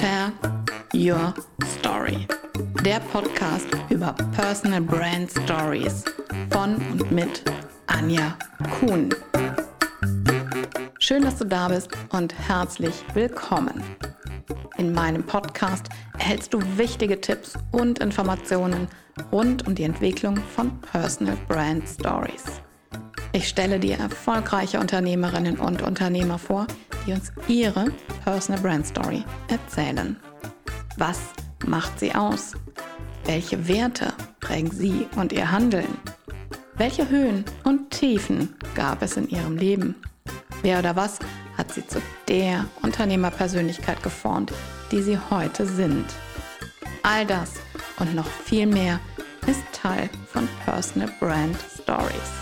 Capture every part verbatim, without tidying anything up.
Share Your Story. Der Podcast über Personal Brand Stories von und mit Anja Kuhn. Schön, dass du da bist und herzlich willkommen. In meinem Podcast erhältst du wichtige Tipps und Informationen rund um die Entwicklung von Personal Brand Stories. Ich stelle dir erfolgreiche Unternehmerinnen und Unternehmer vor, die uns ihre Personal Brand Story erzählen. Was macht sie aus? Welche Werte prägen sie und ihr Handeln? Welche Höhen und Tiefen gab es in ihrem Leben? Wer oder was hat sie zu der Unternehmerpersönlichkeit geformt, die sie heute sind? All das und noch viel mehr ist Teil von Personal Brand Stories.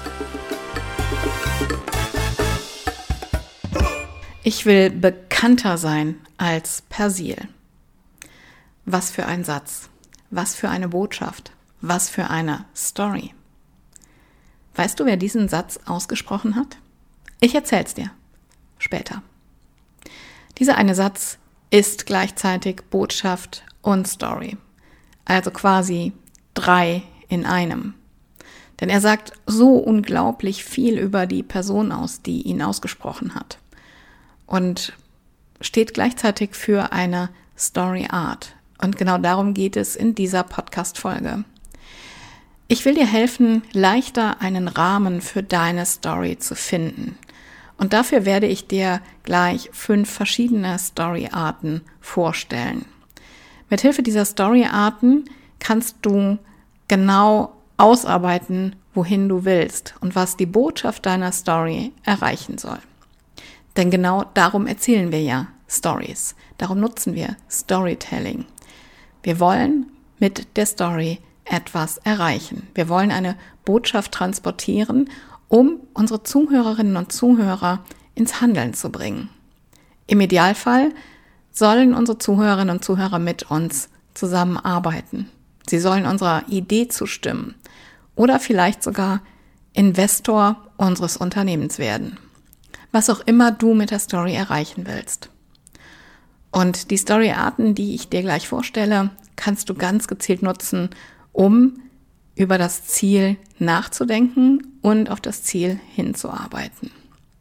Ich will bekannter sein als Persil. Was für ein Satz, was für eine Botschaft, was für eine Story. Weißt du, wer diesen Satz ausgesprochen hat? Ich erzähl's dir später. Dieser eine Satz ist gleichzeitig Botschaft und Story, also quasi drei in einem. Denn er sagt so unglaublich viel über die Person aus, die ihn ausgesprochen hat. Und steht gleichzeitig für eine Story Art. Und genau darum geht es in dieser Podcast-Folge. Ich will dir helfen, leichter einen Rahmen für deine Story zu finden. Und dafür werde ich dir gleich fünf verschiedene Story-Arten vorstellen. Mithilfe dieser Story-Arten kannst du genau ausarbeiten, wohin du willst und was die Botschaft deiner Story erreichen soll. Denn genau darum erzählen wir ja Stories. Darum nutzen wir Storytelling. Wir wollen mit der Story etwas erreichen. Wir wollen eine Botschaft transportieren, um unsere Zuhörerinnen und Zuhörer ins Handeln zu bringen. Im Idealfall sollen unsere Zuhörerinnen und Zuhörer mit uns zusammenarbeiten. Sie sollen unserer Idee zustimmen oder vielleicht sogar Investor unseres Unternehmens werden. Was auch immer du mit der Story erreichen willst. Und die Story-Arten, die ich dir gleich vorstelle, kannst du ganz gezielt nutzen, um über das Ziel nachzudenken und auf das Ziel hinzuarbeiten.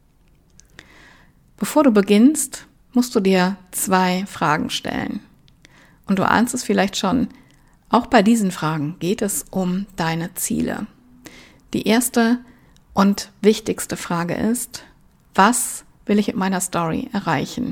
Bevor du beginnst, musst du dir zwei Fragen stellen. Und du ahnst es vielleicht schon, auch bei diesen Fragen geht es um deine Ziele. Die erste und wichtigste Frage ist: Was will ich mit meiner Story erreichen?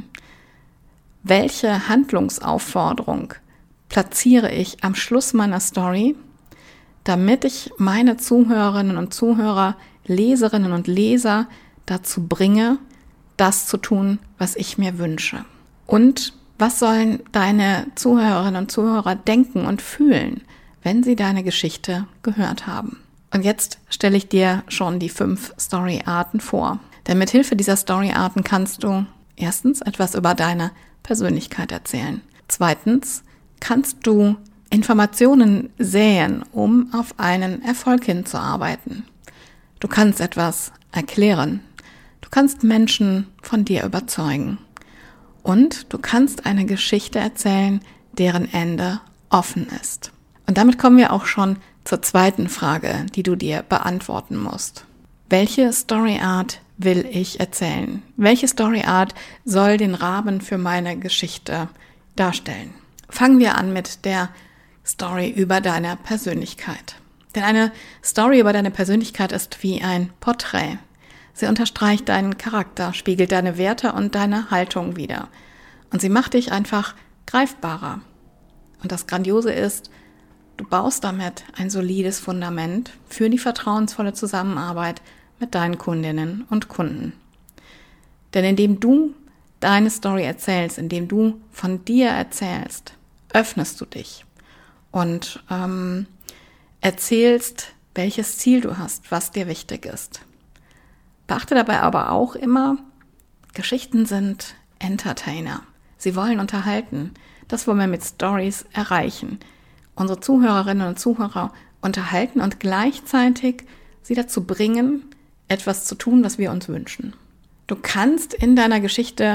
Welche Handlungsaufforderung platziere ich am Schluss meiner Story, damit ich meine Zuhörerinnen und Zuhörer, Leserinnen und Leser dazu bringe, das zu tun, was ich mir wünsche? Und was sollen deine Zuhörerinnen und Zuhörer denken und fühlen, wenn sie deine Geschichte gehört haben? Und jetzt stelle ich dir schon die fünf Story-Arten vor. Denn mit Hilfe dieser Story-Arten kannst du erstens etwas über deine Persönlichkeit erzählen. Zweitens kannst du Informationen säen, um auf einen Erfolg hinzuarbeiten. Du kannst etwas erklären. Du kannst Menschen von dir überzeugen. Und du kannst eine Geschichte erzählen, deren Ende offen ist. Und damit kommen wir auch schon zur zweiten Frage, die du dir beantworten musst. Welche Story-Art will ich erzählen? Welche Story-Art soll den Rahmen für meine Geschichte darstellen? Fangen wir an mit der Story über deine Persönlichkeit. Denn eine Story über deine Persönlichkeit ist wie ein Porträt. Sie unterstreicht deinen Charakter, spiegelt deine Werte und deine Haltung wider. Und sie macht dich einfach greifbarer. Und das Grandiose ist, du baust damit ein solides Fundament für die vertrauensvolle Zusammenarbeit mit deinen Kundinnen und Kunden. Denn indem du deine Story erzählst, indem du von dir erzählst, öffnest du dich und ähm, erzählst, welches Ziel du hast, was dir wichtig ist. Beachte dabei aber auch immer, Geschichten sind Entertainer. Sie wollen unterhalten. Das wollen wir mit Stories erreichen. Unsere Zuhörerinnen und Zuhörer unterhalten und gleichzeitig sie dazu bringen, etwas zu tun, was wir uns wünschen. Du kannst in deiner Geschichte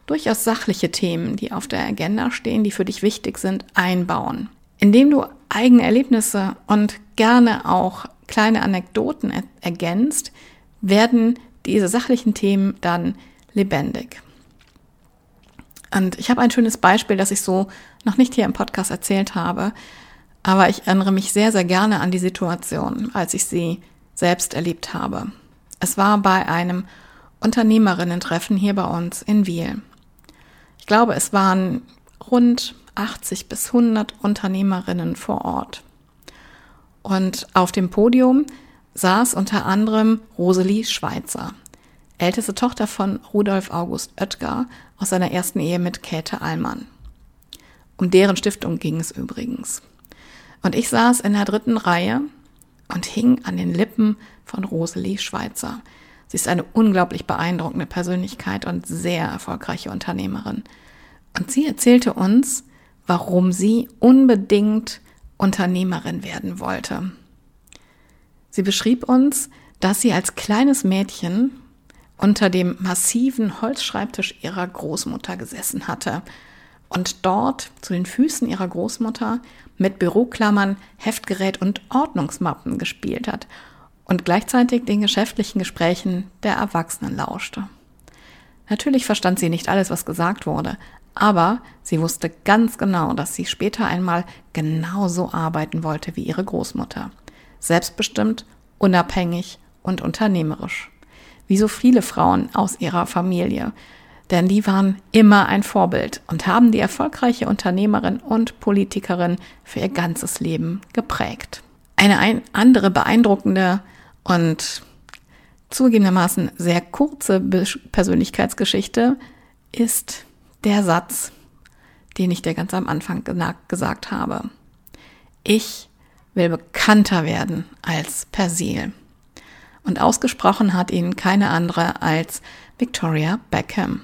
durchaus sachliche Themen, die auf der Agenda stehen, die für dich wichtig sind, einbauen. Indem du eigene Erlebnisse und gerne auch kleine Anekdoten er- ergänzt, werden diese sachlichen Themen dann lebendig. Und ich habe ein schönes Beispiel, das ich so noch nicht hier im Podcast erzählt habe, aber ich erinnere mich sehr, sehr gerne an die Situation, als ich sie selbst erlebt habe. Es war bei einem Unternehmerinnen-Treffen hier bei uns in Wiel. Ich glaube, es waren rund achtzig bis hundert Unternehmerinnen vor Ort. Und auf dem Podium saß unter anderem Rosalie Schweizer, älteste Tochter von Rudolf August Oetker aus seiner ersten Ehe mit Käthe Allmann. Um deren Stiftung ging es übrigens. Und ich saß in der dritten Reihe und hing an den Lippen von Rosalie Schweizer. Sie ist eine unglaublich beeindruckende Persönlichkeit und sehr erfolgreiche Unternehmerin. Und sie erzählte uns, warum sie unbedingt Unternehmerin werden wollte. Sie beschrieb uns, dass sie als kleines Mädchen unter dem massiven Holzschreibtisch ihrer Großmutter gesessen hatte und dort zu den Füßen ihrer Großmutter mit Büroklammern, Heftgerät und Ordnungsmappen gespielt hat und gleichzeitig den geschäftlichen Gesprächen der Erwachsenen lauschte. Natürlich verstand sie nicht alles, was gesagt wurde, aber sie wusste ganz genau, dass sie später einmal genauso arbeiten wollte wie ihre Großmutter. Selbstbestimmt, unabhängig und unternehmerisch. Wie so viele Frauen aus ihrer Familie. Denn die waren immer ein Vorbild und haben die erfolgreiche Unternehmerin und Politikerin für ihr ganzes Leben geprägt. Eine ein andere beeindruckende und zugegebenermaßen sehr kurze Persönlichkeitsgeschichte ist der Satz, den ich dir ganz am Anfang gesagt habe. Ich will bekannter werden als Persil. Und ausgesprochen hat ihn keine andere als Victoria Beckham,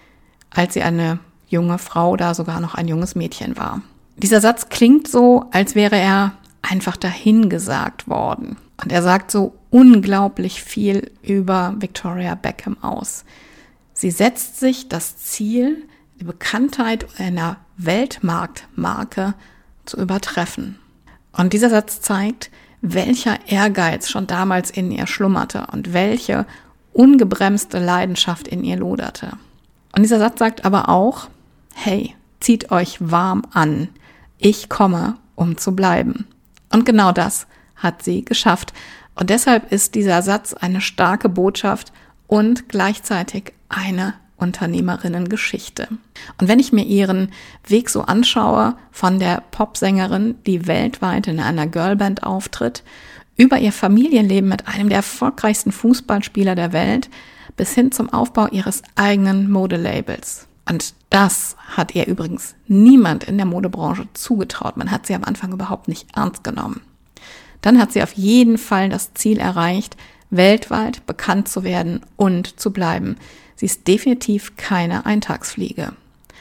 als sie eine junge Frau oder sogar noch ein junges Mädchen war. Dieser Satz klingt so, als wäre er einfach dahingesagt worden. Und er sagt so unglaublich viel über Victoria Beckham aus. Sie setzt sich das Ziel, die Bekanntheit einer Weltmarktmarke zu übertreffen. Und dieser Satz zeigt, welcher Ehrgeiz schon damals in ihr schlummerte und welche ungebremste Leidenschaft in ihr loderte. Und dieser Satz sagt aber auch, hey, zieht euch warm an, ich komme, um zu bleiben. Und genau das hat sie geschafft. Und deshalb ist dieser Satz eine starke Botschaft und gleichzeitig eine Unternehmerinnengeschichte. Und wenn ich mir ihren Weg so anschaue, von der Popsängerin, die weltweit in einer Girlband auftritt, über ihr Familienleben mit einem der erfolgreichsten Fußballspieler der Welt, bis hin zum Aufbau ihres eigenen Modelabels. Und das hat ihr übrigens niemand in der Modebranche zugetraut. Man hat sie am Anfang überhaupt nicht ernst genommen. Dann hat sie auf jeden Fall das Ziel erreicht, weltweit bekannt zu werden und zu bleiben. Sie ist definitiv keine Eintagsfliege.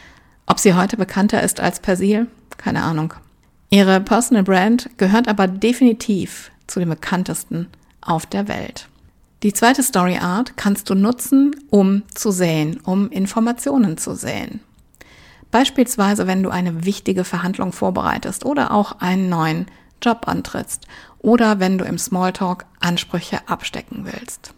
Ob sie heute bekannter ist als Persil? Keine Ahnung. Ihre Personal Brand gehört aber definitiv zu den bekanntesten auf der Welt. Die zweite Story Art kannst du nutzen, um zu säen, um Informationen zu säen. Beispielsweise, wenn du eine wichtige Verhandlung vorbereitest oder auch einen neuen Job antrittst oder wenn du im Smalltalk Ansprüche abstecken willst.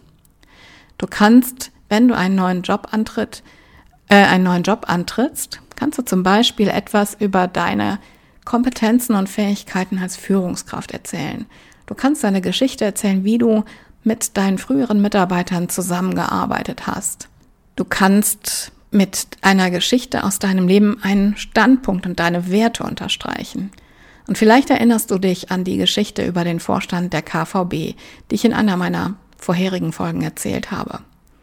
Du kannst, wenn du einen neuen Job antritt, äh, einen neuen Job antrittst, kannst du zum Beispiel etwas über deine Kompetenzen und Fähigkeiten als Führungskraft erzählen. Du kannst deine Geschichte erzählen, wie du mit deinen früheren Mitarbeitern zusammengearbeitet hast. Du kannst mit einer Geschichte aus deinem Leben einen Standpunkt und deine Werte unterstreichen. Und vielleicht erinnerst du dich an die Geschichte über den Vorstand der K V B, die ich in einer meiner vorherigen Folgen erzählt habe.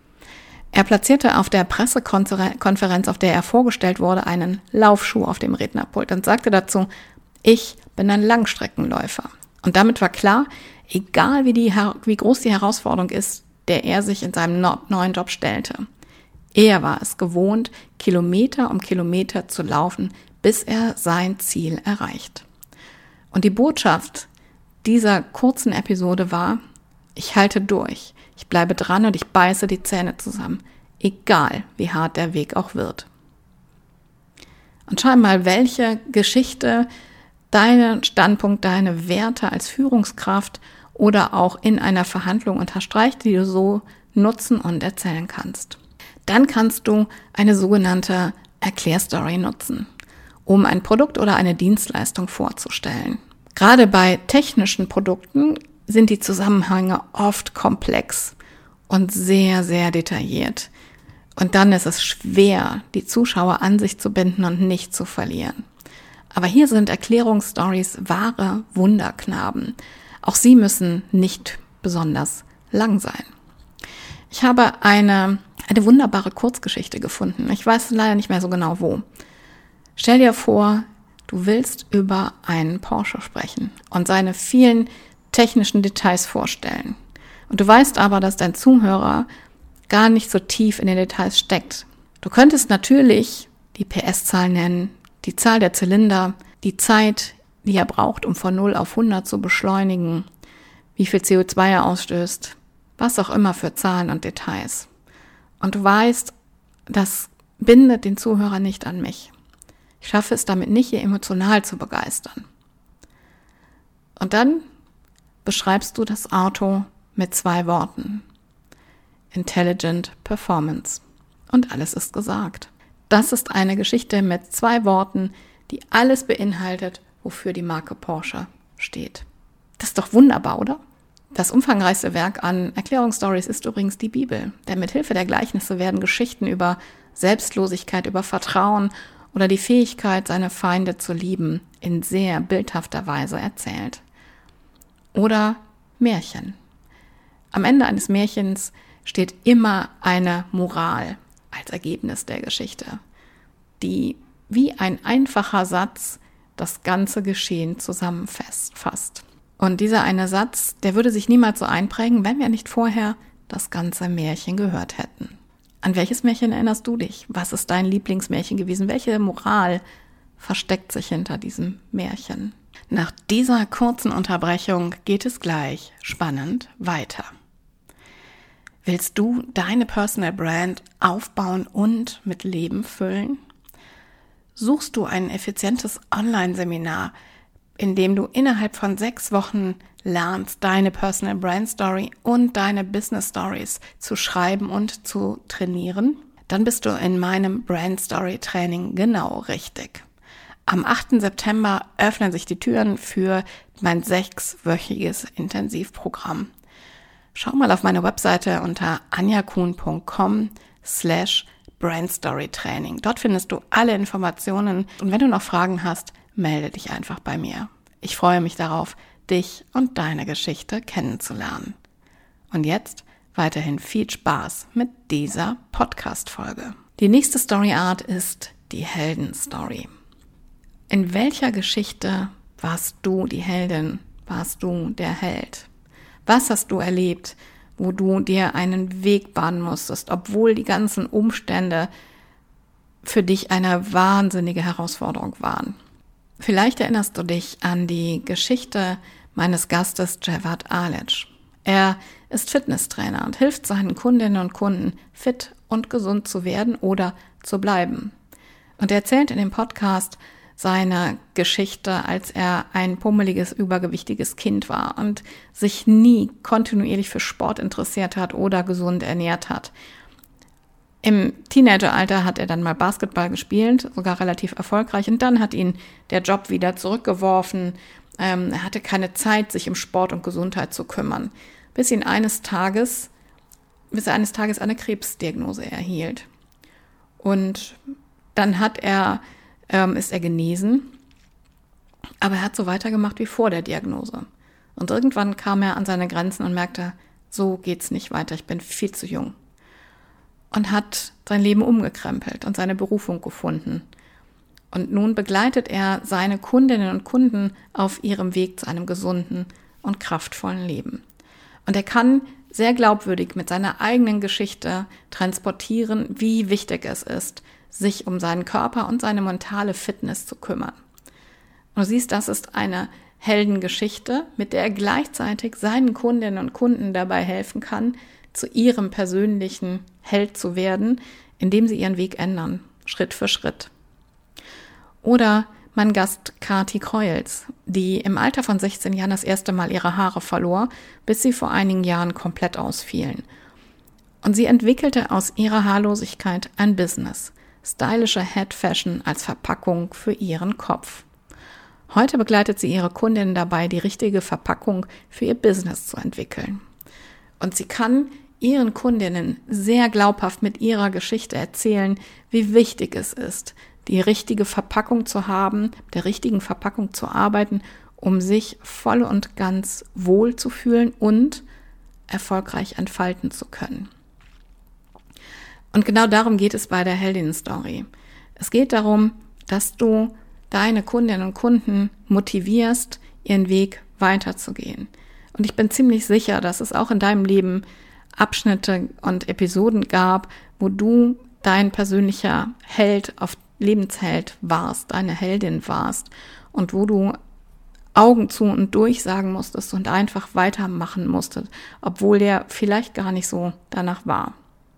Er platzierte auf der Pressekonferenz, auf der er vorgestellt wurde, einen Laufschuh auf dem Rednerpult und sagte dazu, ich bin ein Langstreckenläufer. Und damit war klar, egal wie, die, wie groß die Herausforderung ist, der er sich in seinem neuen Job stellte. Er war es gewohnt, Kilometer um Kilometer zu laufen, bis er sein Ziel erreicht. Und die Botschaft dieser kurzen Episode war, ich halte durch, ich bleibe dran und ich beiße die Zähne zusammen, egal wie hart der Weg auch wird. Und schau mal, welche Geschichte deinen Standpunkt, deine Werte als Führungskraft oder auch in einer Verhandlung unterstreicht, die du so nutzen und erzählen kannst. Dann kannst du eine sogenannte Erklärstory nutzen, um ein Produkt oder eine Dienstleistung vorzustellen. Gerade bei technischen Produkten sind die Zusammenhänge oft komplex und sehr, sehr detailliert. Und dann ist es schwer, die Zuschauer an sich zu binden und nicht zu verlieren. Aber hier sind Erklärungsstories wahre Wunderknaben. Auch sie müssen nicht besonders lang sein. Ich habe eine, eine wunderbare Kurzgeschichte gefunden. Ich weiß leider nicht mehr so genau wo. Stell dir vor, du willst über einen Porsche sprechen und seine vielen technischen Details vorstellen. Und du weißt aber, dass dein Zuhörer gar nicht so tief in den Details steckt. Du könntest natürlich die P S-Zahl nennen, die Zahl der Zylinder, die Zeit, die er braucht, um von null auf hundert zu beschleunigen, wie viel C O zwei er ausstößt, was auch immer für Zahlen und Details. Und du weißt, das bindet den Zuhörer nicht an mich. Ich schaffe es damit nicht, ihn emotional zu begeistern. Und dann beschreibst du das Auto mit zwei Worten. Intelligent Performance. Und alles ist gesagt. Das ist eine Geschichte mit zwei Worten, die alles beinhaltet, wofür die Marke Porsche steht. Das ist doch wunderbar, oder? Das umfangreichste Werk an Erklärungsstories ist übrigens die Bibel. Denn mit Hilfe der Gleichnisse werden Geschichten über Selbstlosigkeit, über Vertrauen oder die Fähigkeit, seine Feinde zu lieben, in sehr bildhafter Weise erzählt. Oder Märchen. Am Ende eines Märchens steht immer eine Moral als Ergebnis der Geschichte, die wie ein einfacher Satz das ganze Geschehen zusammenfasst. Und dieser eine Satz, der würde sich niemals so einprägen, wenn wir nicht vorher das ganze Märchen gehört hätten. An welches Märchen erinnerst du dich? Was ist dein Lieblingsmärchen gewesen? Welche Moral versteckt sich hinter diesem Märchen? Nach dieser kurzen Unterbrechung geht es gleich spannend weiter. Willst du deine Personal Brand aufbauen und mit Leben füllen? Suchst du ein effizientes Online-Seminar, in dem du innerhalb von sechs Wochen lernst, deine Personal Brand Story und deine Business Stories zu schreiben und zu trainieren? Dann bist du in meinem Brand Story Training genau richtig. Am achten September öffnen sich die Türen für mein sechswöchiges Intensivprogramm. Schau mal auf meine Webseite unter anjakuhn.com slash brandstorytraining. Dort findest du alle Informationen und wenn du noch Fragen hast, melde dich einfach bei mir. Ich freue mich darauf, dich und deine Geschichte kennenzulernen. Und jetzt weiterhin viel Spaß mit dieser Podcast-Folge. Die nächste Storyart ist die Heldenstory. In welcher Geschichte warst du die Heldin, warst du der Held? Was hast du erlebt, wo du dir einen Weg bahnen musstest, obwohl die ganzen Umstände für dich eine wahnsinnige Herausforderung waren? Vielleicht erinnerst du dich an die Geschichte meines Gastes Cevat Alic. Er ist Fitnesstrainer und hilft seinen Kundinnen und Kunden, fit und gesund zu werden oder zu bleiben. Und er erzählt in dem Podcast seine Geschichte, als er ein pummeliges, übergewichtiges Kind war und sich nie kontinuierlich für Sport interessiert hat oder gesund ernährt hat. Im Teenageralter hat er dann mal Basketball gespielt, sogar relativ erfolgreich, und dann hat ihn der Job wieder zurückgeworfen. Ähm, er hatte keine Zeit, sich um Sport und Gesundheit zu kümmern, bis ihn eines Tages, bis er eines Tages eine Krebsdiagnose erhielt. Und dann hat er Ähm, ist er genesen, aber er hat so weitergemacht wie vor der Diagnose. Und irgendwann kam er an seine Grenzen und merkte, so geht's nicht weiter, ich bin viel zu jung. Und hat sein Leben umgekrempelt und seine Berufung gefunden. Und nun begleitet er seine Kundinnen und Kunden auf ihrem Weg zu einem gesunden und kraftvollen Leben. Und er kann sehr glaubwürdig mit seiner eigenen Geschichte transportieren, wie wichtig es ist, sich um seinen Körper und seine mentale Fitness zu kümmern. Und du siehst, das ist eine Heldengeschichte, mit der er gleichzeitig seinen Kundinnen und Kunden dabei helfen kann, zu ihrem persönlichen Held zu werden, indem sie ihren Weg ändern, Schritt für Schritt. Oder mein Gast Kati Kreuz, die im Alter von sechzehn Jahren das erste Mal ihre Haare verlor, bis sie vor einigen Jahren komplett ausfielen. Und sie entwickelte aus ihrer Haarlosigkeit ein Business, stylische Head Fashion als Verpackung für ihren Kopf. Heute begleitet sie ihre Kundinnen dabei, die richtige Verpackung für ihr Business zu entwickeln. Und sie kann ihren Kundinnen sehr glaubhaft mit ihrer Geschichte erzählen, wie wichtig es ist, die richtige Verpackung zu haben, der richtigen Verpackung zu arbeiten, um sich voll und ganz wohl zu fühlen und erfolgreich entfalten zu können. Und genau darum geht es bei der Heldinnen-Story. Es geht darum, dass du deine Kundinnen und Kunden motivierst, ihren Weg weiterzugehen. Und ich bin ziemlich sicher, dass es auch in deinem Leben Abschnitte und Episoden gab, wo du dein persönlicher Held auf Lebensheld warst, deine Heldin warst und wo du Augen zu und durch sagen musstest und einfach weitermachen musstest, obwohl der vielleicht gar nicht so danach war.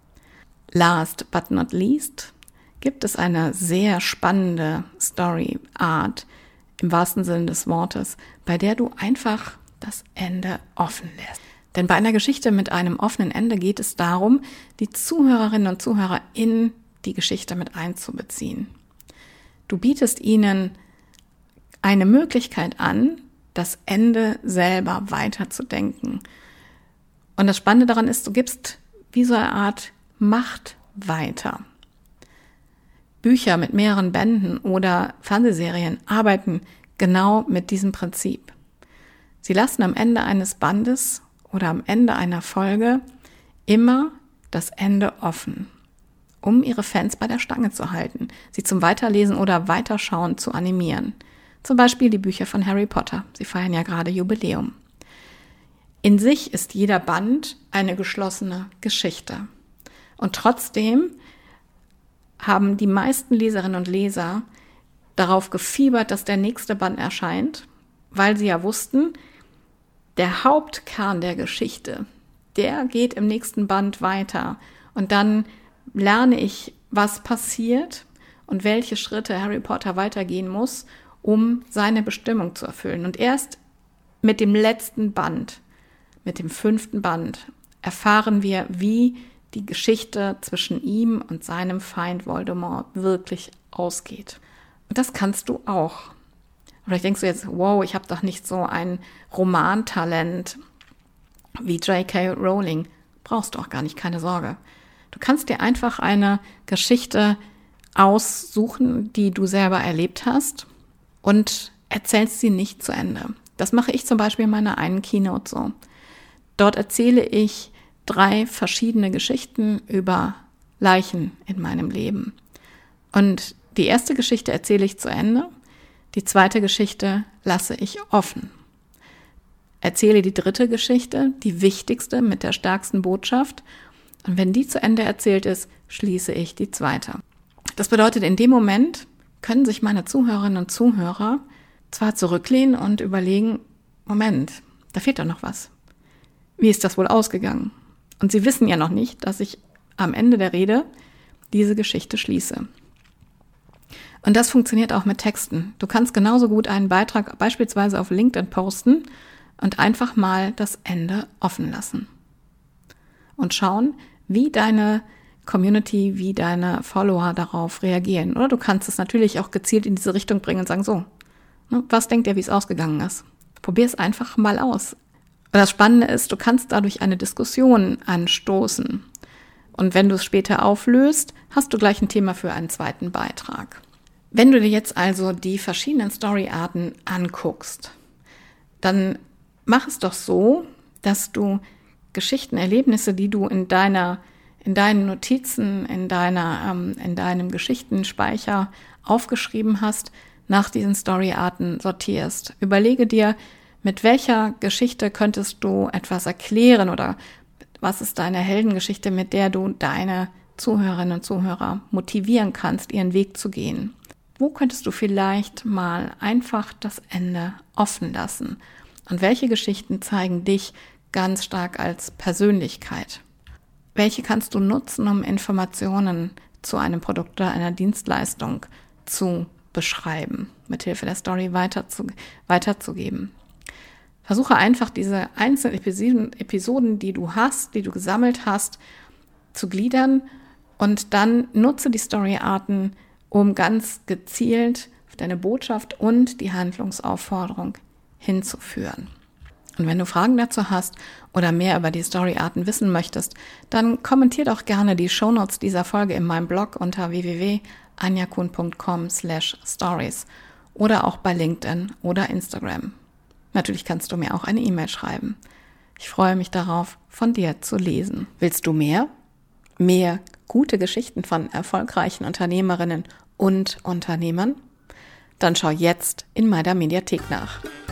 Last but not least gibt es eine sehr spannende Story-Art im wahrsten Sinne des Wortes, bei der du einfach das Ende offen lässt. Denn bei einer Geschichte mit einem offenen Ende geht es darum, die Zuhörerinnen und Zuhörer in die Geschichte mit einzubeziehen. Du bietest ihnen eine Möglichkeit an, das Ende selber weiterzudenken. Und das Spannende daran ist, du gibst wie so eine Art Macht weiter. Bücher mit mehreren Bänden oder Fernsehserien arbeiten genau mit diesem Prinzip. Sie lassen am Ende eines Bandes oder am Ende einer Folge immer das Ende offen, um ihre Fans bei der Stange zu halten, sie zum Weiterlesen oder Weiterschauen zu animieren. Zum Beispiel die Bücher von Harry Potter. Sie feiern ja gerade Jubiläum. In sich ist jeder Band eine geschlossene Geschichte. Und trotzdem haben die meisten Leserinnen und Leser darauf gefiebert, dass der nächste Band erscheint, weil sie ja wussten, der Hauptkern der Geschichte, der geht im nächsten Band weiter. Und dann lerne ich, was passiert und welche Schritte Harry Potter weitergehen muss, um seine Bestimmung zu erfüllen. Und erst mit dem letzten Band, mit dem fünften Band, erfahren wir, wie die Geschichte zwischen ihm und seinem Feind Voldemort wirklich ausgeht. Und das kannst du auch. Vielleicht denkst du jetzt, wow, ich habe doch nicht so ein Romantalent wie J K Rowling. Brauchst du auch gar nicht, keine Sorge. Du kannst dir einfach eine Geschichte aussuchen, die du selber erlebt hast und erzählst sie nicht zu Ende. Das mache ich zum Beispiel in meiner einen Keynote so. Dort erzähle ich drei verschiedene Geschichten über Leichen in meinem Leben. Und die erste Geschichte erzähle ich zu Ende, die zweite Geschichte lasse ich offen. Erzähle die dritte Geschichte, die wichtigste mit der stärksten Botschaft, und wenn die zu Ende erzählt ist, schließe ich die zweite. Das bedeutet, in dem Moment können sich meine Zuhörerinnen und Zuhörer zwar zurücklehnen und überlegen, Moment, da fehlt doch noch was. Wie ist das wohl ausgegangen? Und sie wissen ja noch nicht, dass ich am Ende der Rede diese Geschichte schließe. Und das funktioniert auch mit Texten. Du kannst genauso gut einen Beitrag beispielsweise auf LinkedIn posten und einfach mal das Ende offen lassen. Und schauen, wie deine Community, wie deine Follower darauf reagieren. Oder du kannst es natürlich auch gezielt in diese Richtung bringen und sagen, so, ne, was denkt ihr, wie es ausgegangen ist? Probier es einfach mal aus. Und das Spannende ist, du kannst dadurch eine Diskussion anstoßen. Und wenn du es später auflöst, hast du gleich ein Thema für einen zweiten Beitrag. Wenn du dir jetzt also die verschiedenen Storyarten anguckst, dann mach es doch so, dass du Geschichten, Erlebnisse, die du in deiner, in deinen Notizen, in deiner, ähm, in deinem Geschichtenspeicher aufgeschrieben hast, nach diesen Storyarten sortierst. Überlege dir, mit welcher Geschichte könntest du etwas erklären oder was ist deine Heldengeschichte, mit der du deine Zuhörerinnen und Zuhörer motivieren kannst, ihren Weg zu gehen. Wo könntest du vielleicht mal einfach das Ende offen lassen? Und welche Geschichten zeigen dich ganz stark als Persönlichkeit? Welche kannst du nutzen, um Informationen zu einem Produkt oder einer Dienstleistung zu beschreiben, mithilfe der Story weiterzu, weiterzugeben. Versuche einfach diese einzelnen Episoden, Episoden, die du hast, die du gesammelt hast, zu gliedern und dann nutze die Storyarten, um ganz gezielt auf deine Botschaft und die Handlungsaufforderung hinzuführen. Und wenn du Fragen dazu hast oder mehr über die Storyarten wissen möchtest, dann kommentier doch gerne die Shownotes dieser Folge in meinem Blog unter w w w punkt anja kuhn punkt com slash stories oder auch bei LinkedIn oder Instagram. Natürlich kannst du mir auch eine E-Mail schreiben. Ich freue mich darauf, von dir zu lesen. Willst du mehr? Mehr gute Geschichten von erfolgreichen Unternehmerinnen und Unternehmern? Dann schau jetzt in meiner Mediathek nach.